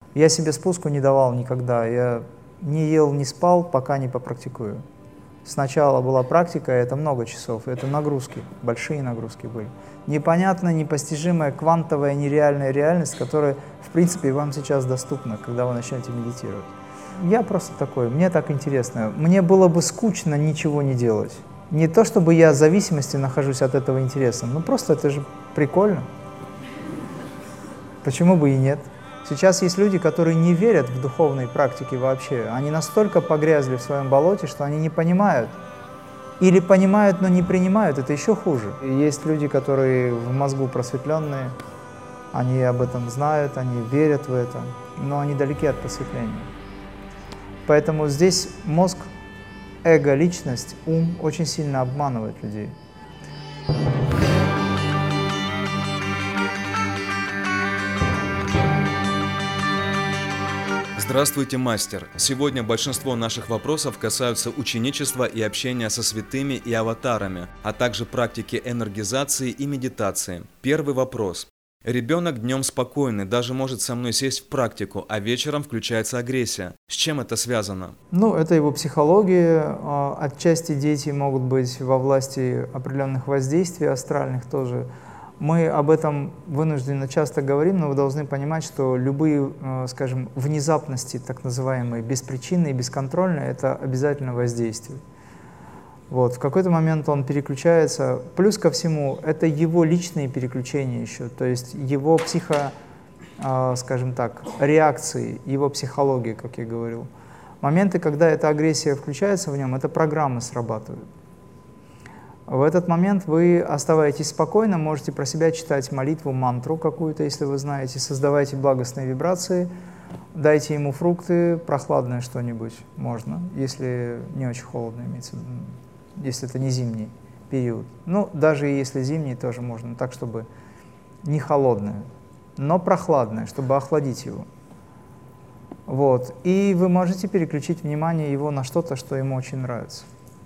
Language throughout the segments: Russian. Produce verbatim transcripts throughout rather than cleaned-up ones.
Я себе спуску не давал никогда. Я не ел, не спал, пока не попрактикую. Сначала была практика, это много часов, это нагрузки, большие нагрузки были. Непонятная, непостижимая, квантовая, нереальная реальность, которая, в принципе, вам сейчас доступна, когда вы начнете медитировать. Я просто такой, мне так интересно. Мне было бы скучно ничего не делать. Не то, чтобы я в зависимости нахожусь от этого интереса, но просто это же прикольно. Почему бы и нет? Сейчас есть люди, которые не верят в духовные практики вообще. Они настолько погрязли в своем болоте, что они не понимают. Или понимают, но не принимают. Это еще хуже. И есть люди, которые в мозгу просветленные, они об этом знают, они верят в это, но они далеки от просветления. Поэтому здесь мозг, эго, личность, ум очень сильно обманывает людей. Здравствуйте, мастер! Сегодня большинство наших вопросов касаются ученичества и общения со святыми и аватарами, а также практики энергизации и медитации. Первый вопрос. Ребенок днем спокойный, даже может со мной сесть в практику, а вечером включается агрессия. С чем это связано? Ну, это его психология. Отчасти дети могут быть во власти определенных воздействий астральных тоже. Мы об этом вынужденно часто говорим, но вы должны понимать, что любые, скажем, внезапности, так называемые, беспричинные, бесконтрольные, это обязательно воздействие. Вот, в какой-то момент он переключается. Плюс ко всему, это его личные переключения еще, то есть его психо, скажем так, реакции, его психология, как я говорил. Моменты, когда эта агрессия включается в нем, это программы срабатывают. В этот момент вы оставаетесь спокойно, можете про себя читать молитву, мантру какую-то, если вы знаете, создавайте благостные вибрации, дайте ему фрукты, прохладное что-нибудь можно, если не очень холодно имеется, если это не зимний период. Ну, даже если зимний, тоже можно, так, чтобы не холодное, но прохладное, чтобы охладить его. Вот. И вы можете переключить внимание его на что-то, что ему очень нравится.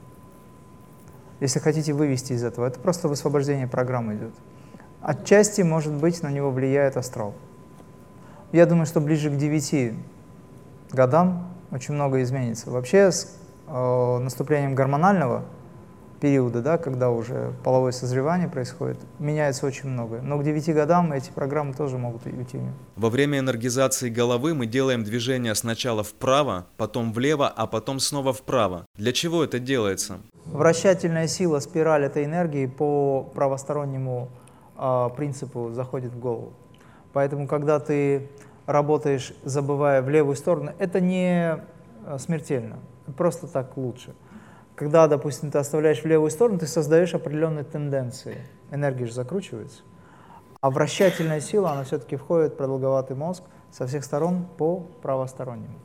Если хотите вывести из этого, это просто высвобождение программы идет. Отчасти, может быть, на него влияет астрал. Я думаю, что ближе к девяти годам очень много изменится. Вообще, с э, наступлением гормонального периода, да, когда уже половое созревание происходит, меняется очень многое. Но к девяти годам эти программы тоже могут уйти. Во время энергизации головы мы делаем движение сначала вправо, потом влево, а потом снова вправо. Для чего это делается? Вращательная сила, спираль этой энергии по правостороннему э, принципу заходит в голову. Поэтому, когда ты работаешь, забывая в левую сторону, это не смертельно, просто так лучше. Когда, допустим, ты оставляешь в левую сторону, ты создаешь определенные тенденции. Энергия же закручивается. А вращательная сила, она все-таки входит в продолговатый мозг со всех сторон по правостороннему.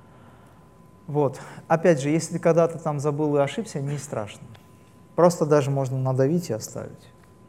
Вот. Опять же, если ты когда-то там забыл и ошибся, не страшно. Просто даже можно надавить и оставить.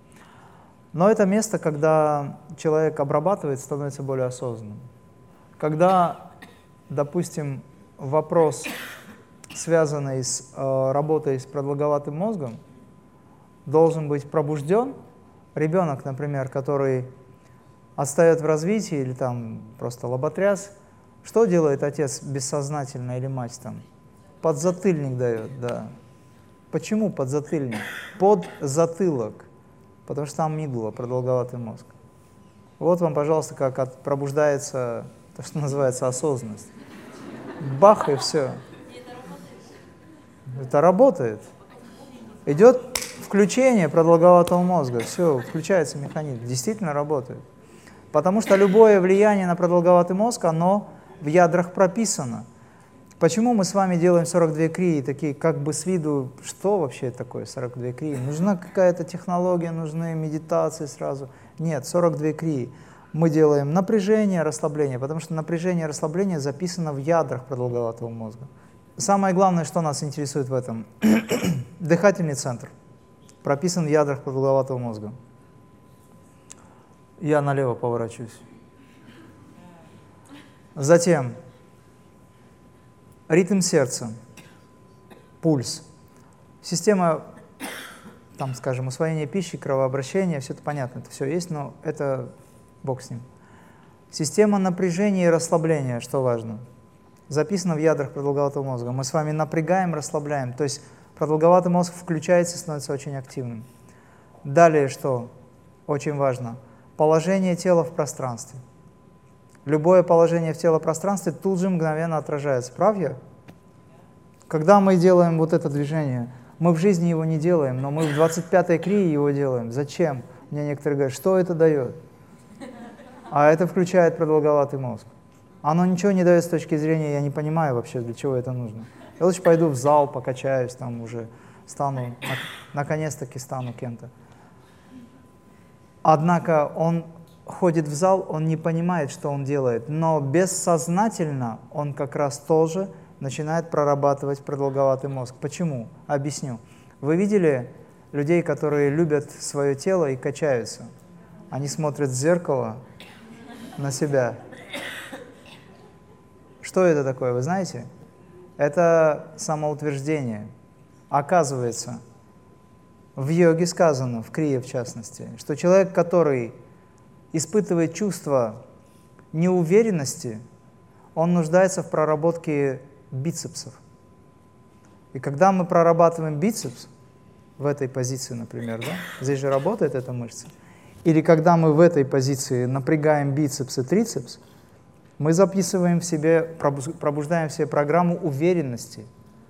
Но это место, когда человек обрабатывает, становится более осознанным. Когда, допустим, вопрос, связанный с э, работой с продолговатым мозгом, должен быть пробужден, ребенок, например, который отстает в развитии или там просто лоботряс, что делает отец бессознательно или мать там? Подзатыльник дает, да. Почему подзатыльник? Под затылок, потому что там мидула, продолговатый мозг. Вот вам, пожалуйста, как от, пробуждается то, что называется осознанность. Бах, и все. Это работает. Идет включение продолговатого мозга, все, включается механизм, действительно работает. Потому что любое влияние на продолговатый мозг, оно в ядрах прописано. Почему мы с вами делаем сорок две крии, такие как бы с виду, что вообще такое сорок две крии? Нужна какая-то технология, нужны медитации сразу. Нет, сорок две крии. Мы делаем напряжение, расслабление, потому что напряжение и расслабление записано в ядрах продолговатого мозга. Самое главное, что нас интересует в этом, дыхательный центр прописан в ядрах продолговатого мозга. Я налево поворачиваюсь. Затем ритм сердца, пульс, система, там, скажем, усвоения пищи, кровообращения, все это понятно, это все есть, но это бог с ним. Система напряжения и расслабления, что важно, записано в ядрах продолговатого мозга. Мы с вами напрягаем, расслабляем, то есть продолговатый мозг включается и становится очень активным. Далее что очень важно? Положение тела в пространстве. Любое положение в тело пространстве тут же мгновенно отражается. Прав я? Когда мы делаем вот это движение, мы в жизни его не делаем, но мы в двадцать пятой крии его делаем. Зачем? Мне некоторые говорят, что это дает? А это включает продолговатый мозг. Оно ничего не дает с точки зрения, я не понимаю вообще, для чего это нужно. Я лучше пойду в зал, покачаюсь, там уже стану, наконец-таки стану кем-то. Однако он ходит в зал, он не понимает, что он делает, но бессознательно он как раз тоже начинает прорабатывать продолговатый мозг. Почему? Объясню. Вы видели людей, которые любят свое тело и качаются? Они смотрят в зеркало на себя. Что это такое, вы знаете? Это самоутверждение. Оказывается, в йоге сказано, в крие в частности, что человек, который испытывает чувство неуверенности, он нуждается в проработке бицепсов. И когда мы прорабатываем бицепс, в этой позиции, например, да, здесь же работает эта мышца, или когда мы в этой позиции напрягаем бицепс и трицепс, мы записываем в себе, пробуждаем в себе программу уверенности.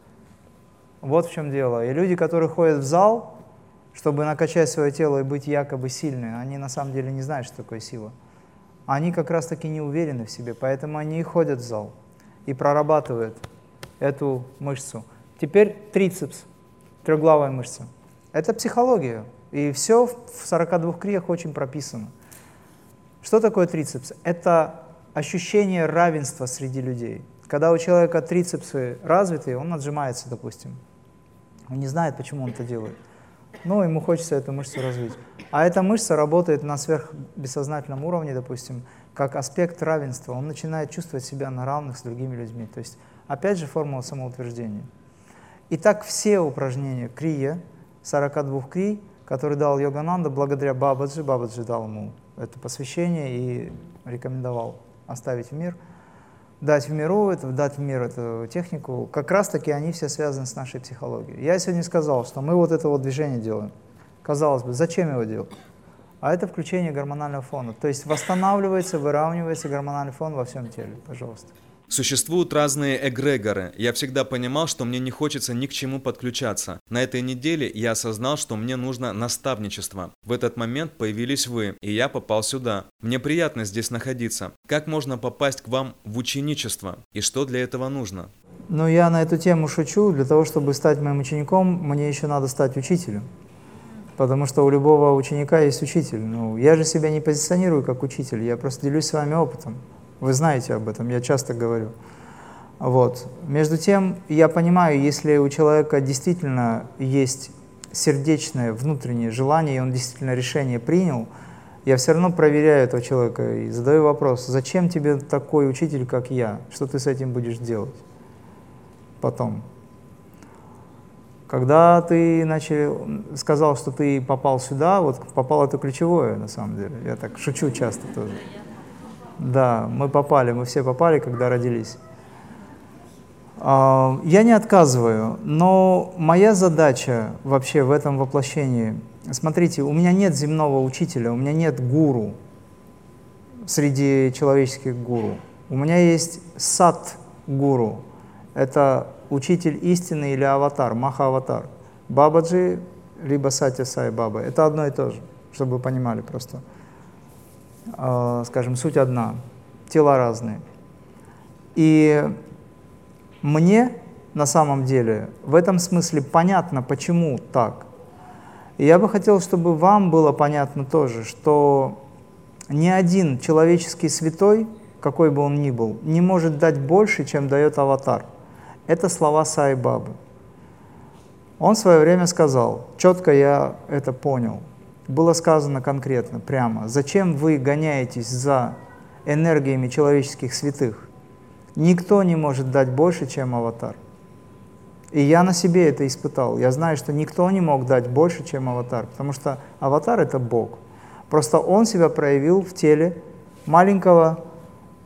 Вот в чем дело. И люди, которые ходят в зал, чтобы накачать свое тело и быть якобы сильными, они на самом деле не знают, что такое сила. Они как раз таки не уверены в себе, поэтому они и ходят в зал и прорабатывают эту мышцу. Теперь трицепс, трехглавая мышца. Это психология. И все в сорока двух криях очень прописано. Что такое трицепс? Это ощущение равенства среди людей. Когда у человека трицепсы развиты, он отжимается, допустим. Он не знает, почему он это делает. Но ему хочется эту мышцу развить. А эта мышца работает на сверхбессознательном уровне, допустим, как аспект равенства. Он начинает чувствовать себя на равных с другими людьми. То есть, опять же, формула самоутверждения. Итак, все упражнения крия, сорока двух крий, который дал Йогананда благодаря Бабаджи. Бабаджи дал ему это посвящение и рекомендовал оставить в мир, дать в миру это, дать в мир эту технику. Как раз-таки они все связаны с нашей психологией. Я сегодня сказал, что мы вот это вот движение делаем. Казалось бы, зачем его делать? А это включение гормонального фона. То есть восстанавливается, выравнивается гормональный фон во всем теле. Пожалуйста. Существуют разные эгрегоры. Я всегда понимал, что мне не хочется ни к чему подключаться. На этой неделе я осознал, что мне нужно наставничество. В этот момент появились вы, и я попал сюда. Мне приятно здесь находиться. Как можно попасть к вам в ученичество? И что для этого нужно? Ну, я на эту тему шучу. Для того, чтобы стать моим учеником, мне еще надо стать учителем. Потому что у любого ученика есть учитель. Ну, я же себя не позиционирую как учитель, я просто делюсь с вами опытом. Вы знаете об этом, я часто говорю. Вот. Между тем, я понимаю, если у человека действительно есть сердечное, внутреннее желание, и он действительно решение принял, я все равно проверяю этого человека и задаю вопрос, зачем тебе такой учитель, как я? Что ты с этим будешь делать потом? Когда ты начал, сказал, что ты попал сюда, вот попал это ключевое на самом деле. Я так шучу часто тоже. Да, мы попали, мы все попали, когда родились. Я не отказываю, но моя задача вообще в этом воплощении, смотрите, у меня нет земного учителя, у меня нет гуру среди человеческих гуру. У меня есть сат-гуру, это учитель истины или аватар, маха-аватар. Бабаджи, либо Сатья Сай Баба, это одно и то же, чтобы вы понимали просто. Скажем, суть одна, тела разные. И мне на самом деле в этом смысле понятно, почему так. И я бы хотел, чтобы вам было понятно тоже, что ни один человеческий святой, какой бы он ни был, не может дать больше, чем дает аватар. Это слова Сай Бабы. Он в свое время сказал, четко я это понял. Было сказано конкретно, прямо, зачем вы гоняетесь за энергиями человеческих святых? Никто не может дать больше, чем аватар. И я на себе это испытал. Я знаю, что никто не мог дать больше, чем аватар, потому что аватар — это Бог. Просто он себя проявил в теле маленького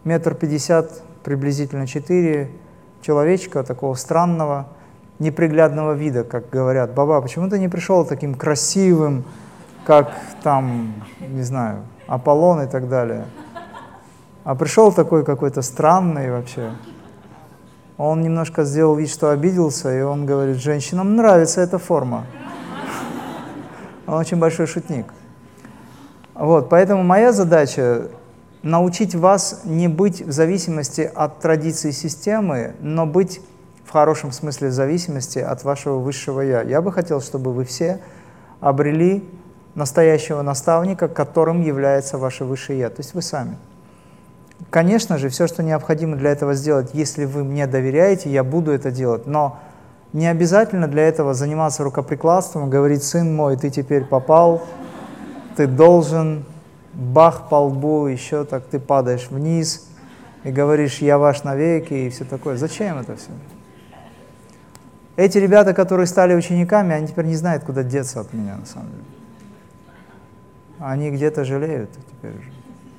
метр пятьдесят, приблизительно четыре, человечка такого странного, неприглядного вида, как говорят. Баба, почему ты не пришел таким красивым, как там, не знаю, Аполлон и так далее? А пришел такой какой-то странный вообще. Он немножко сделал вид, что обиделся, и он говорит, женщинам нравится эта форма. Он очень большой шутник. Вот, поэтому моя задача — научить вас не быть в зависимости от традиции системы, но быть в хорошем смысле в зависимости от вашего высшего «я». Я бы хотел, чтобы вы все обрели настоящего наставника, которым является ваше высшее «я», то есть вы сами. Конечно же, все, что необходимо для этого сделать, если вы мне доверяете, я буду это делать, но не обязательно для этого заниматься рукоприкладством, говорить, сын мой, ты теперь попал, ты должен, бах по лбу, еще так ты падаешь вниз и говоришь, я ваш навеки и все такое. Зачем это все? Эти ребята, которые стали учениками, они теперь не знают, куда деться от меня, на самом деле. Они где-то жалеют теперь уже.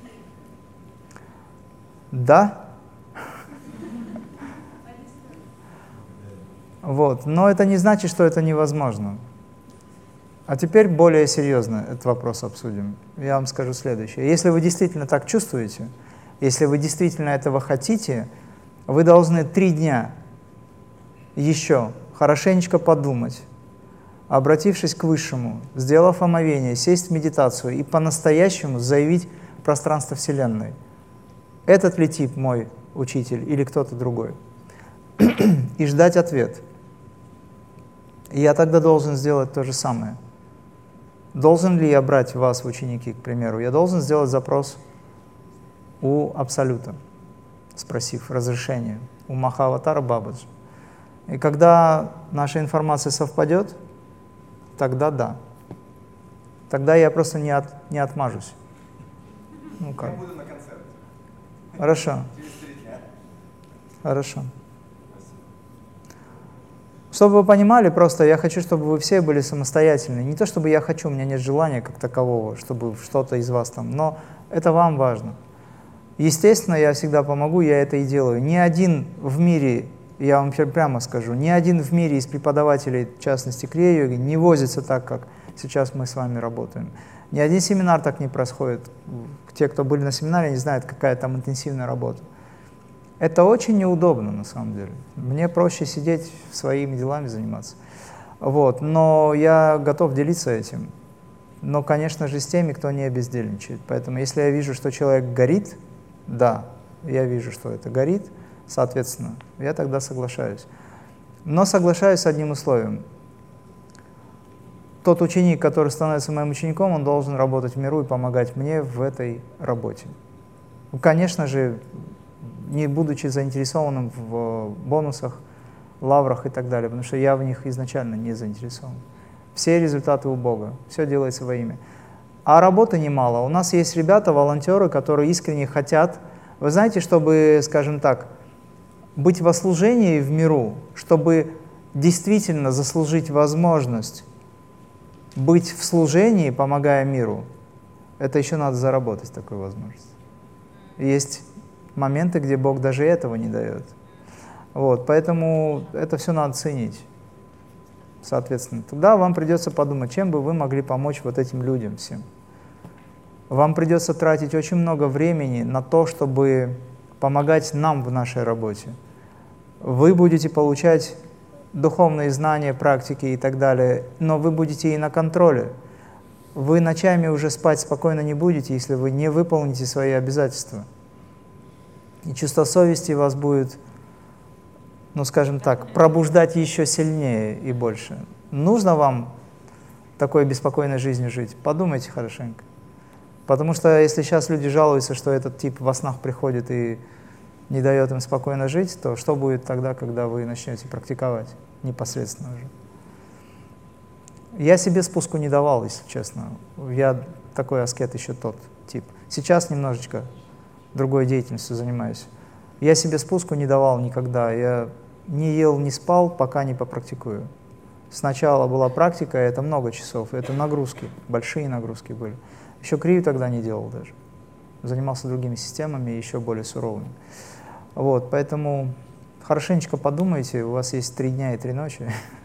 Да? Вот. Но это не значит, что это невозможно. А теперь более серьезно этот вопрос обсудим. Я вам скажу следующее. Если вы действительно так чувствуете, если вы действительно этого хотите, вы должны три дня еще хорошенечко подумать, обратившись к Высшему, сделав омовение, сесть в медитацию и по-настоящему заявить пространство Вселенной. Этот ли тип мой учитель или кто-то другой? И ждать ответ. И я тогда должен сделать то же самое. Должен ли я брать вас в ученики, к примеру? Я должен сделать запрос у Абсолюта, спросив разрешение, у Махааватара Бабаджи. И когда наша информация совпадет, тогда да. Тогда я просто не, от, не отмажусь. Ну как? Хорошо. Хорошо. Чтобы вы понимали, просто я хочу, чтобы вы все были самостоятельны. Не то, чтобы я хочу, у меня нет желания как такового, чтобы что-то из вас там, но это вам важно. Естественно, я всегда помогу, я это и делаю. Ни один в мире, я вам прямо скажу, ни один в мире из преподавателей, в частности крия-йоги, не возится так, как сейчас мы с вами работаем. Ни один семинар так не происходит. Те, кто были на семинаре, не знают, какая там интенсивная работа. Это очень неудобно, на самом деле. Мне проще сидеть своими делами заниматься. Вот. Но я готов делиться этим. Но, конечно же, с теми, кто не бездельничает. Поэтому, если я вижу, что человек горит, да, я вижу, что это горит, соответственно, я тогда соглашаюсь. Но соглашаюсь с одним условием. Тот ученик, который становится моим учеником, он должен работать в миру и помогать мне в этой работе. Ну, конечно же, не будучи заинтересованным в бонусах, лаврах и так далее, потому что я в них изначально не заинтересован. Все результаты у Бога, все делается во имя. А работы немало. У нас есть ребята, волонтеры, которые искренне хотят, вы знаете, чтобы, скажем так, быть во служении в миру, чтобы действительно заслужить возможность быть в служении, помогая миру, это еще надо заработать такую возможность. Есть моменты, где Бог даже этого не дает. Вот, поэтому это все надо ценить. Соответственно, тогда вам придется подумать, чем бы вы могли помочь вот этим людям всем. Вам придется тратить очень много времени на то, чтобы помогать нам в нашей работе. Вы будете получать духовные знания, практики и так далее, но вы будете и на контроле. Вы ночами уже спать спокойно не будете, если вы не выполните свои обязательства. И чувство совести вас будет, ну скажем так, пробуждать еще сильнее и больше. Нужно вам такой беспокойной жизнью жить? Подумайте хорошенько. Потому что если сейчас люди жалуются, что этот тип во снах приходит и не дает им спокойно жить, то что будет тогда, когда вы начнете практиковать непосредственно уже? Я себе спуску не давал, если честно. Я такой аскет еще тот тип. Сейчас немножечко другой деятельностью занимаюсь. Я себе спуску не давал никогда. Я не ел, не спал, пока не попрактикую. Сначала была практика, это много часов, это нагрузки, большие нагрузки были. Еще крию тогда не делал даже. занимался другими системами, еще более суровыми. Вот, поэтому хорошенечко подумайте, у вас есть три дня и три ночи.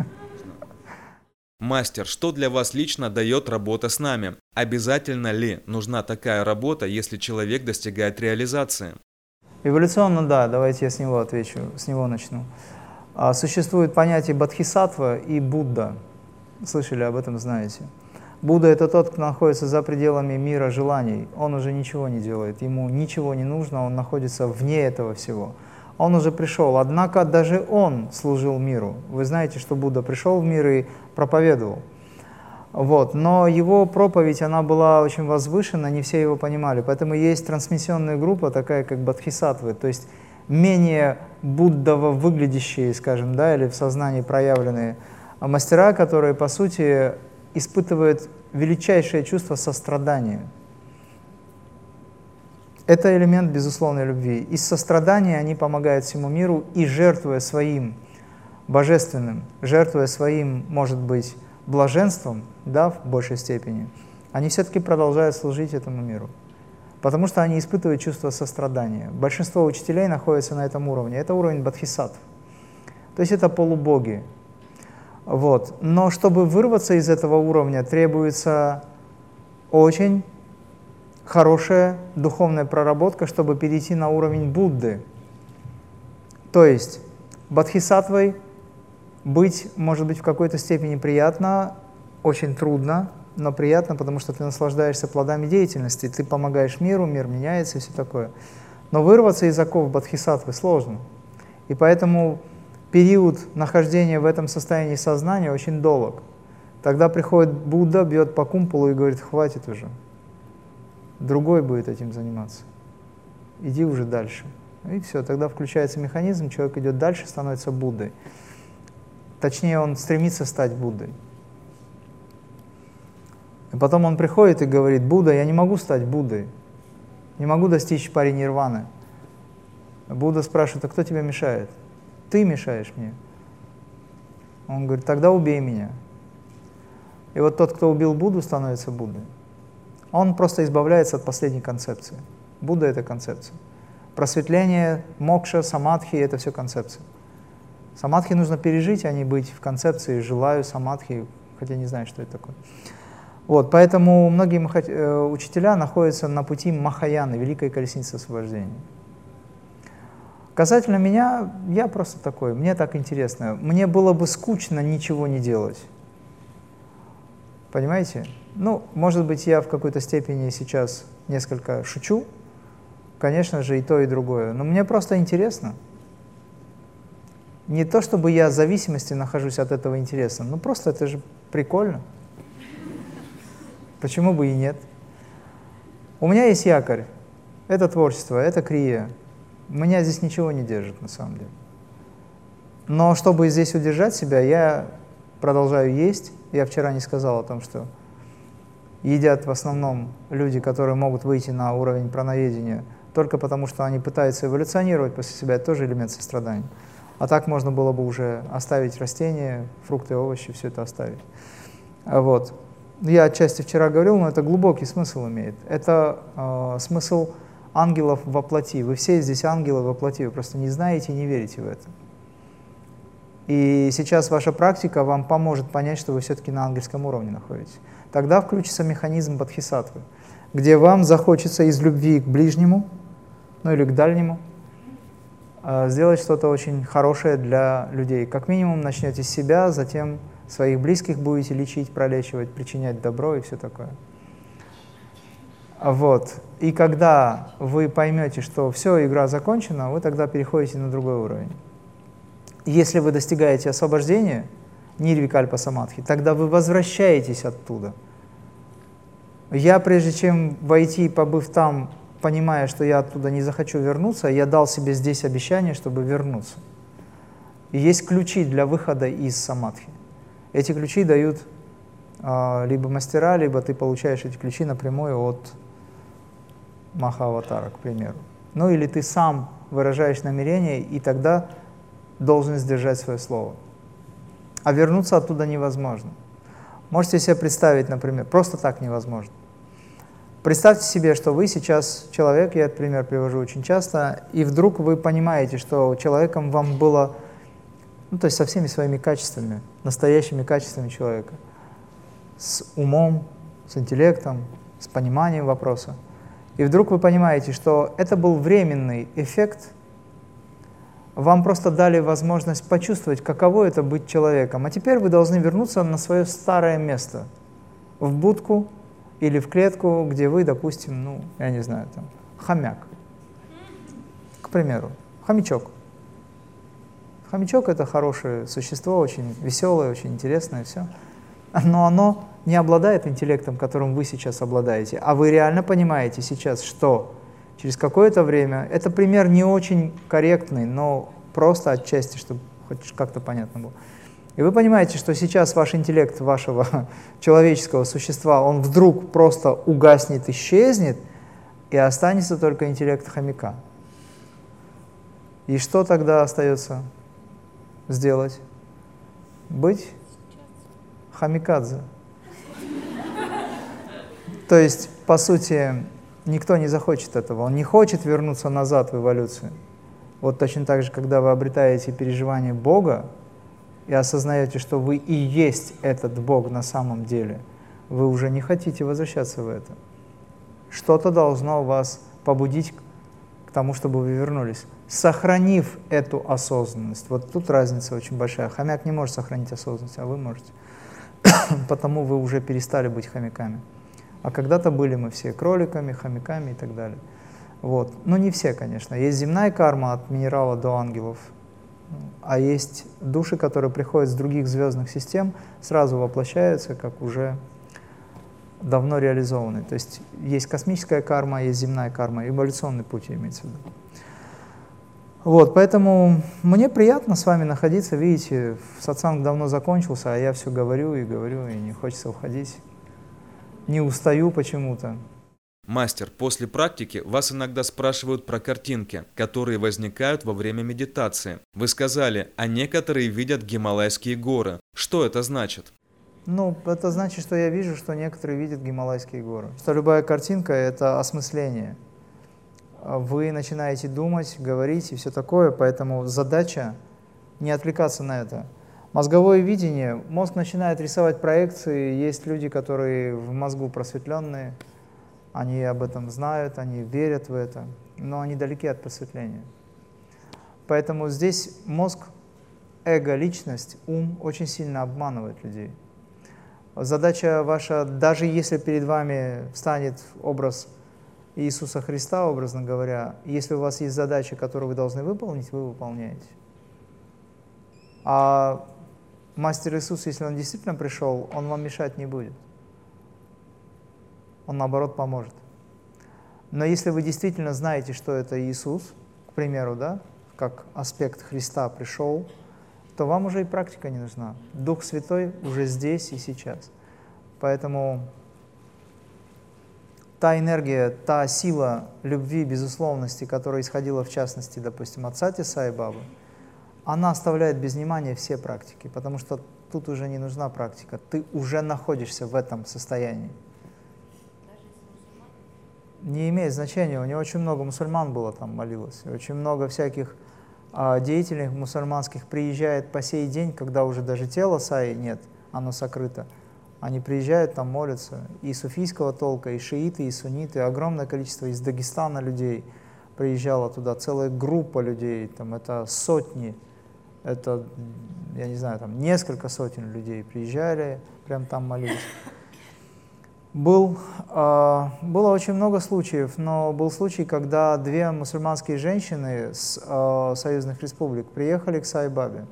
Мастер, что для вас лично дает работа с нами? Обязательно ли нужна такая работа, если человек достигает реализации? Эволюционно, да, давайте я с него отвечу, с него начну. А, существует понятие бодхисаттва и Будда. Слышали об этом, знаете. Будда — это тот, кто находится за пределами мира желаний. Он уже ничего не делает, ему ничего не нужно, он находится вне этого всего. Он уже пришел, однако даже он служил миру. Вы знаете, что Будда пришел в мир и проповедовал. Вот. Но его проповедь, она была очень возвышена, не все его понимали. Поэтому есть трансмиссионная группа, такая как бодхисаттвы, то есть менее буддово выглядящие, скажем, да, или в сознании проявленные мастера, которые, по сути, испытывают величайшее чувство сострадания. Это элемент безусловной любви. Из сострадания они помогают всему миру и, жертвуя своим божественным, жертвуя своим, может быть, блаженством, да, в большей степени, они все-таки продолжают служить этому миру. Потому что они испытывают чувство сострадания. Большинство учителей находятся на этом уровне. Это уровень бодхисаттв. То есть это полубоги. Вот. Но чтобы вырваться из этого уровня, требуется очень хорошая духовная проработка, чтобы перейти на уровень Будды. То есть бодхисаттвой быть, может быть, в какой-то степени приятно, очень трудно, но приятно, потому что ты наслаждаешься плодами деятельности, ты помогаешь миру, мир меняется и все такое. Но вырваться из оков бодхисаттвы сложно. И поэтому период нахождения в этом состоянии сознания очень долг. Тогда приходит Будда, бьет по кумполу и говорит: хватит уже. Другой будет этим заниматься. Иди уже дальше. И все, тогда включается механизм, человек идет дальше, становится Буддой. Точнее, он стремится стать Буддой. И потом он приходит и говорит: Будда, я не могу стать Буддой, не могу достичь пари нирваны. Будда спрашивает: а кто тебе мешает? Ты мешаешь мне. Он говорит: тогда убей меня. И вот тот, кто убил Будду, становится Буддой. Он просто избавляется от последней концепции. Будда — это концепция. Просветление, мокша, самадхи — это все концепции. Самадхи нужно пережить, а не быть в концепции «желаю самадхи», хотя не знаю, что это такое. Вот, поэтому многие учителя находятся на пути Махаяны, великой колесницы освобождения. Касательно меня, я просто такой, мне так интересно. Мне было бы скучно ничего не делать. Понимаете? Ну, может быть, я в какой-то степени сейчас несколько шучу. Конечно же, и то, и другое. Но мне просто интересно. Не то, чтобы я в зависимости нахожусь от этого интереса, но просто это же прикольно. Почему бы и нет? У меня есть якорь. Это творчество, это крия. Меня здесь ничего не держит, на самом деле. Но чтобы здесь удержать себя, я продолжаю есть. Я вчера не сказал о том, что едят в основном люди, которые могут выйти на уровень праноедения, только потому, что они пытаются эволюционировать после себя. Это тоже элемент сострадания. А так можно было бы уже оставить растения, фрукты, овощи, все это оставить. Вот. Я отчасти вчера говорил, но это глубокий смысл имеет. Это э, смысл ангелов во плоти. Вы все здесь ангелы во плоти, вы просто не знаете и не верите в это. И сейчас ваша практика вам поможет понять, что вы все-таки на ангельском уровне находитесь. Тогда включится механизм бодхисаттвы, где вам захочется из любви к ближнему, ну или к дальнему, э, сделать что-то очень хорошее для людей. Как минимум начнете с себя, затем своих близких будете лечить, пролечивать, причинять добро и все такое. Вот. И когда вы поймете, что все, игра закончена, вы тогда переходите на другой уровень. Если вы достигаете освобождения, нирвикальпа самадхи, тогда вы возвращаетесь оттуда. Я, прежде чем войти, побыв там, понимая, что я оттуда не захочу вернуться, я дал себе здесь обещание, чтобы вернуться. И есть ключи для выхода из самадхи. Эти ключи дают э, либо мастера, либо ты получаешь эти ключи напрямую от Маха-аватара, к примеру. Ну или ты сам выражаешь намерение, и тогда должен сдержать свое слово. А вернуться оттуда невозможно. Можете себе представить, например, просто так невозможно. Представьте себе, что вы сейчас человек, я этот пример привожу очень часто, и вдруг вы понимаете, что человеком вам было, ну, то есть со всеми своими качествами, настоящими качествами человека, с умом, с интеллектом, с пониманием вопроса. И вдруг вы понимаете, что это был временный эффект, вам просто дали возможность почувствовать, каково это быть человеком. А теперь вы должны вернуться на свое старое место, в будку или в клетку, где вы, допустим, ну, я не знаю, там, хомяк, к примеру, хомячок. Хомячок — это хорошее существо, очень веселое, очень интересное, все. Но оно не обладает интеллектом, которым вы сейчас обладаете. А вы реально понимаете сейчас, что через какое-то время, это пример не очень корректный, но просто отчасти, чтобы хоть как-то понятно было. И вы понимаете, что сейчас ваш интеллект вашего человеческого существа, он вдруг просто угаснет, исчезнет, и останется только интеллект хомяка. И что тогда остается сделать? Быть хомякадзе. То есть, по сути, никто не захочет этого. Он не хочет вернуться назад в эволюцию. Вот точно так же, когда вы обретаете переживание Бога и осознаете, что вы и есть этот Бог на самом деле, вы уже не хотите возвращаться в это. Что-то должно вас побудить к тому, чтобы вы вернулись, сохранив эту осознанность. Вот тут разница очень большая. Хомяк не может сохранить осознанность, а вы можете. Потому вы уже перестали быть хомяками. А когда-то были мы все кроликами, хомяками и так далее. Вот. Но не все, конечно. Есть земная карма от минерала до ангелов, а есть души, которые приходят с других звездных систем, сразу воплощаются, как уже давно реализованы. То есть есть космическая карма, есть земная карма, эволюционный путь имеется в виду. Вот, поэтому мне приятно с вами находиться. Видите, сатсанг давно закончился, а я все говорю и говорю, и не хочется уходить. Не устаю почему-то. Мастер, после практики вас иногда спрашивают про картинки, которые возникают во время медитации. Вы сказали, а некоторые видят Гималайские горы. Что это значит? Ну, это значит, что я вижу, что некоторые видят Гималайские горы. Что любая картинка — это осмысление. Вы начинаете думать, говорить и все такое, поэтому задача не отвлекаться на это. Мозговое видение, мозг начинает рисовать проекции, есть люди, которые в мозгу просветленные, они об этом знают, они верят в это, но они далеки от просветления. Поэтому здесь мозг, эго, личность, ум очень сильно обманывает людей. Задача ваша, даже если перед вами встанет образ Иисуса Христа, образно говоря, если у вас есть задача, которую вы должны выполнить, вы выполняете. А Мастер Иисус, если Он действительно пришел, Он вам мешать не будет. Он, наоборот, поможет. Но если вы действительно знаете, что это Иисус, к примеру, да, как аспект Христа пришел, то вам уже и практика не нужна. Дух Святой уже здесь и сейчас. Поэтому та энергия, та сила любви, безусловности, которая исходила, в частности, допустим, от Сати Сай Бабы, она оставляет без внимания все практики, потому что тут уже не нужна практика, ты уже находишься в этом состоянии. Не имеет значения, у него очень много мусульман было там, молилось, очень много всяких а, деятелей мусульманских приезжает по сей день, когда уже даже тела Саи нет, оно сокрыто. Они приезжают, там молятся, и суфийского толка, и шииты, и сунниты, огромное количество из Дагестана людей приезжало туда, целая группа людей, там это сотни, это, я не знаю, там несколько сотен людей приезжали, прям там молились. Был, э, было очень много случаев, но был случай, когда две мусульманские женщины с э, союзных республик приехали к Сай Бабе.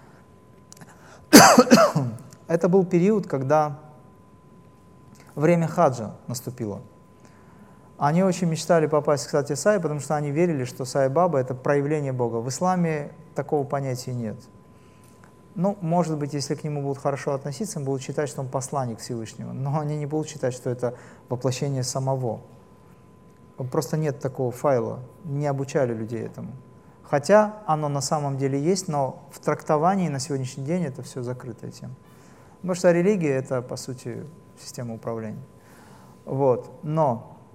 Это был период, когда время хаджа наступило. Они очень мечтали попасть к Сати Сай, потому что они верили, что Сай Баба — это проявление Бога. В исламе такого понятия нет. Ну, может быть, если к нему будут хорошо относиться, будут считать, что он посланник Всевышнего, но они не будут считать, что это воплощение самого. Просто нет такого файла, не обучали людей этому. Хотя оно на самом деле есть, но в трактовании на сегодняшний день это все закрытая тема. Потому что религия — это, по сути, система управления. Вот. Но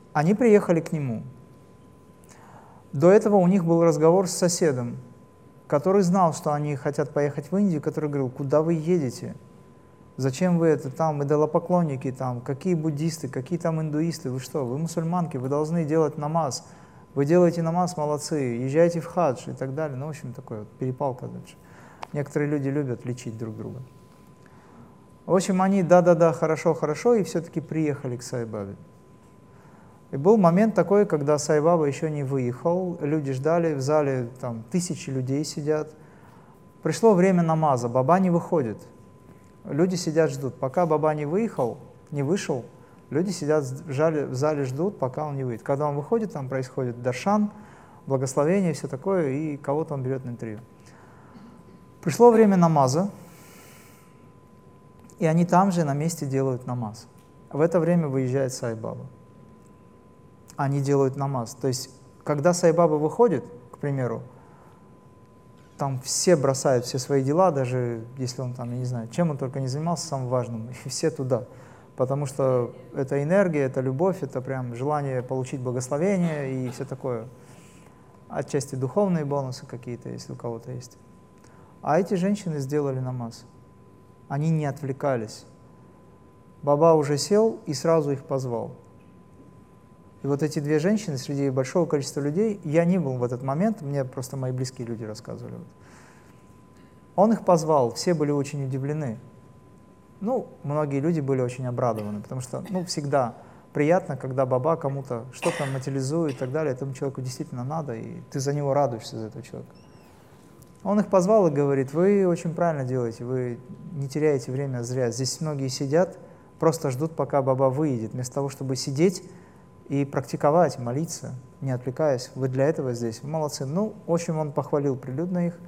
Они приехали к нему. До этого у них был разговор с соседом, который знал, что они хотят поехать в Индию, который говорил: куда вы едете? Зачем вы это там, идолопоклонники там, какие буддисты, какие там индуисты, вы что, вы мусульманки, вы должны делать намаз, вы делаете намаз, молодцы, езжайте в хадж и так далее. Ну, в общем, такой вот перепалка дальше. Некоторые люди любят лечить друг друга. В общем, они да-да-да, хорошо, хорошо, и все-таки приехали к Сай-Бабе. И был момент такой, когда Сай-Баба еще не выехал, люди ждали, в зале там тысячи людей сидят. Пришло время намаза, Баба не выходит. Люди сидят, ждут. Пока Баба не выехал, не вышел, люди сидят в зале, в зале ждут, пока он не выйдет. Когда он выходит, там происходит даршан, благословение, все такое, и кого-то он берет на интервью. Пришло время намаза, и они там же на месте делают намаз. В это время выезжает Сай-Баба. Они делают намаз. То есть, когда Сай-Баба выходит, к примеру, там все бросают все свои дела, даже если он там, я не знаю, чем он только не занимался, самым важным, и все туда. Потому что это энергия, это любовь, это прям желание получить благословение и все такое. Отчасти духовные бонусы какие-то, если у кого-то есть. А эти женщины сделали намаз. Они не отвлекались. Баба уже сел и сразу их позвал. И вот эти две женщины среди большого количества людей, я не был в этот момент, мне просто мои близкие люди рассказывали. Он их позвал, все были очень удивлены. Ну, многие люди были очень обрадованы, потому что, ну, всегда приятно, когда Баба кому-то что-то материализует и так далее, этому человеку действительно надо, и ты за него радуешься, за этого человека. Он их позвал и говорит: вы очень правильно делаете, вы не теряете время зря. Здесь многие сидят, просто ждут, пока Баба выйдет, вместо того, чтобы сидеть и практиковать, молиться, не отвлекаясь. Вы для этого здесь. Вы молодцы. Ну, в общем, он похвалил прилюдно их,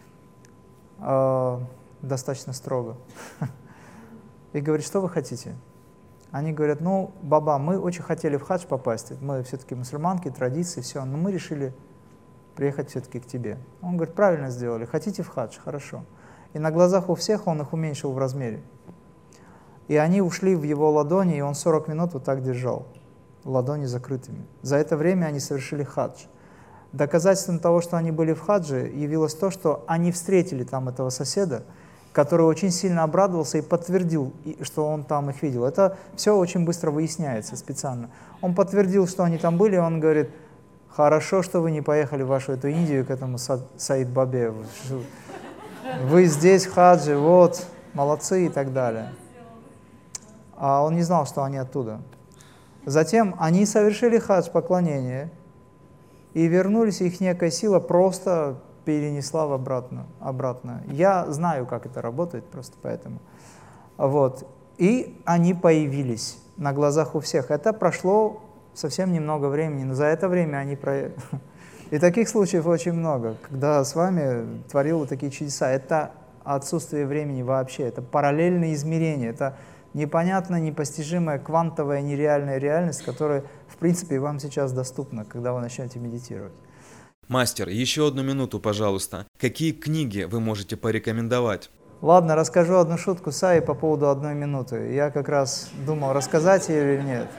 э, достаточно строго. И говорит: что вы хотите? Они говорят: ну, Баба, мы очень хотели в хадж попасть, мы все-таки мусульманки, традиции, все, но мы решили приехать все-таки к тебе. Он говорит: правильно сделали, хотите в хадж? Хорошо. И на глазах у всех он их уменьшил в размере. И они ушли в его ладони, и он сорок минут вот так держал, ладони закрытыми. За это время они совершили хадж. Доказательством того, что они были в хадже, явилось то, что они встретили там этого соседа, который очень сильно обрадовался и подтвердил, что он там их видел. Это все очень быстро выясняется специально. Он подтвердил, что они там были, и он говорит: хорошо, что вы не поехали в вашу эту Индию к этому Саид-Бабе. Вы здесь в хадже, вот, молодцы и так далее. А он не знал, что они оттуда. Затем они совершили хадж, поклонение, и вернулись, и их некая сила просто перенесла в обратно, обратно. Я знаю, как это работает, просто поэтому. Вот. И они появились на глазах у всех. Это прошло совсем немного времени, но за это время они... Про... И таких случаев очень много, когда с вами творил вот такие чудеса. Это отсутствие времени вообще, это параллельные измерения, это непонятная, непостижимая квантовая нереальная реальность, которая, в принципе, вам сейчас доступна, когда вы начнете медитировать. Мастер, еще одну минуту, пожалуйста. Какие книги вы можете порекомендовать? Ладно, расскажу одну шутку Саи по поводу одной минуты. Я как раз думал, рассказать ее или нет.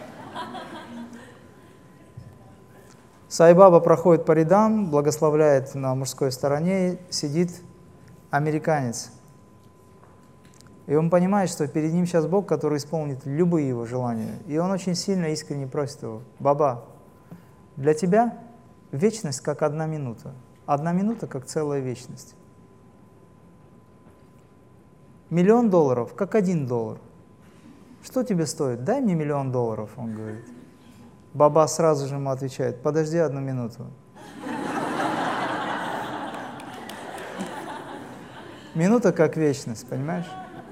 Сай-Баба проходит по рядам, благословляет на мужской стороне, сидит американец. И он понимает, что перед ним сейчас Бог, который исполнит любые его желания. И он очень сильно, искренне просит его: Баба, для тебя вечность как одна минута. Одна минута как целая вечность. Миллион долларов как один доллар. Что тебе стоит? Дай мне миллион долларов, он говорит. Баба сразу же ему отвечает: подожди одну минуту. Минута как вечность, понимаешь?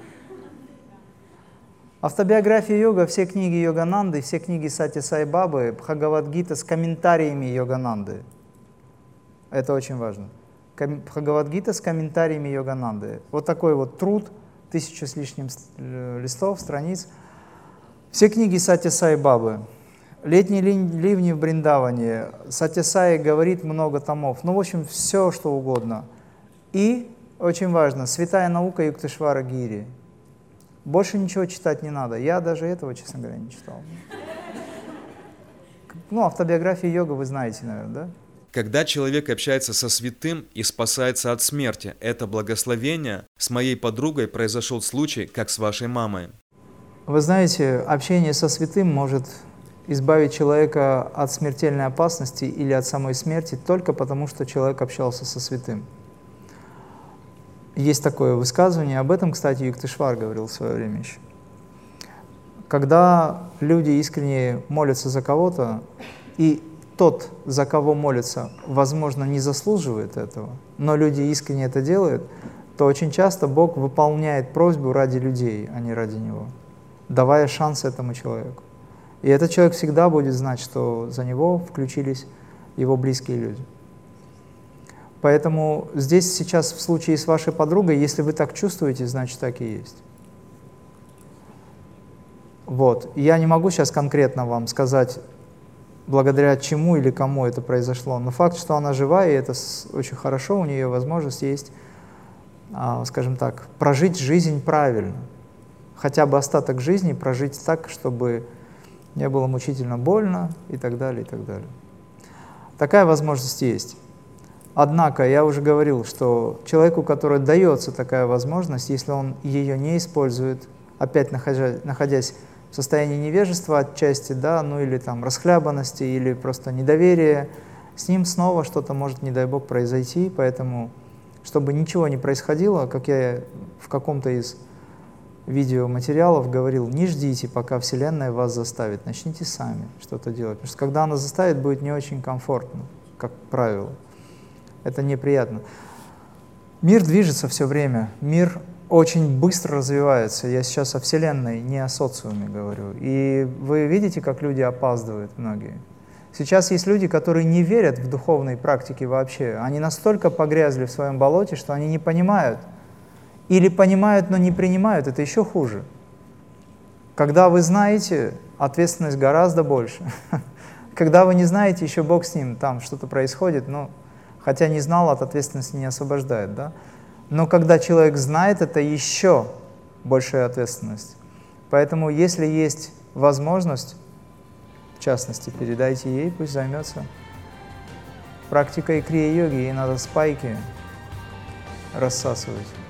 Автобиография йога, все книги Йогананды, все книги Сати Сай Бабы, Бхагавад-гита с комментариями Йогананды. Это очень важно. Бхагавад-гита с комментариями Йогананды. Вот такой вот труд, тысячу с лишним листов, страниц. Все книги Сати Сай Бабы. Летние ливни в Бриндаване. Сати Сай говорит много томов. Ну, в общем, все, что угодно. И, очень важно, святая наука Юктешвара Гири. Больше ничего читать не надо. Я даже этого, честно говоря, не читал. Ну, автобиография йога вы знаете, наверное, да? Когда человек общается со святым и спасается от смерти, это благословение. С моей подругой произошел случай, как с вашей мамой. Вы знаете, общение со святым может избавить человека от смертельной опасности или от самой смерти только потому, что человек общался со святым. Есть такое высказывание, об этом, кстати, Юктишвар говорил в свое время еще. Когда люди искренне молятся за кого-то, и тот, за кого молятся, возможно, не заслуживает этого, но люди искренне это делают, то очень часто Бог выполняет просьбу ради людей, а не ради него, давая шанс этому человеку. И этот человек всегда будет знать, что за него включились его близкие люди. Поэтому здесь сейчас в случае с вашей подругой, если вы так чувствуете, значит так и есть. Вот. Я не могу сейчас конкретно вам сказать, благодаря чему или кому это произошло, но факт, что она жива, и это очень хорошо, у нее возможность есть, скажем так, прожить жизнь правильно. Хотя бы остаток жизни прожить так, чтобы не было мучительно больно и так далее, и так далее. Такая возможность есть. Однако, я уже говорил, что человеку, который дается такая возможность, если он ее не использует, опять находясь, находясь в состоянии невежества отчасти, да, ну или там расхлябанности, или просто недоверия, с ним снова что-то может, не дай Бог, произойти. Поэтому, чтобы ничего не происходило, как я в каком-то из видеоматериалов говорил, не ждите, пока Вселенная вас заставит, начните сами что-то делать. Потому что когда она заставит, будет не очень комфортно, как правило. Это неприятно. Мир движется все время, мир очень быстро развивается. Я сейчас о Вселенной, не о социуме говорю. И вы видите, как люди опаздывают многие. Сейчас есть люди, которые не верят в духовные практики вообще. Они настолько погрязли в своем болоте, что они не понимают. Или понимают, но не принимают, это еще хуже. Когда вы знаете, ответственность гораздо больше. Когда вы не знаете, еще Бог с ним, там что-то происходит, но хотя не знал, от ответственности не освобождает, да? Но когда человек знает, это еще большая ответственность. Поэтому, если есть возможность, в частности, передайте ей, пусть займется практикой крия-йоги, ей надо спайки рассасывать.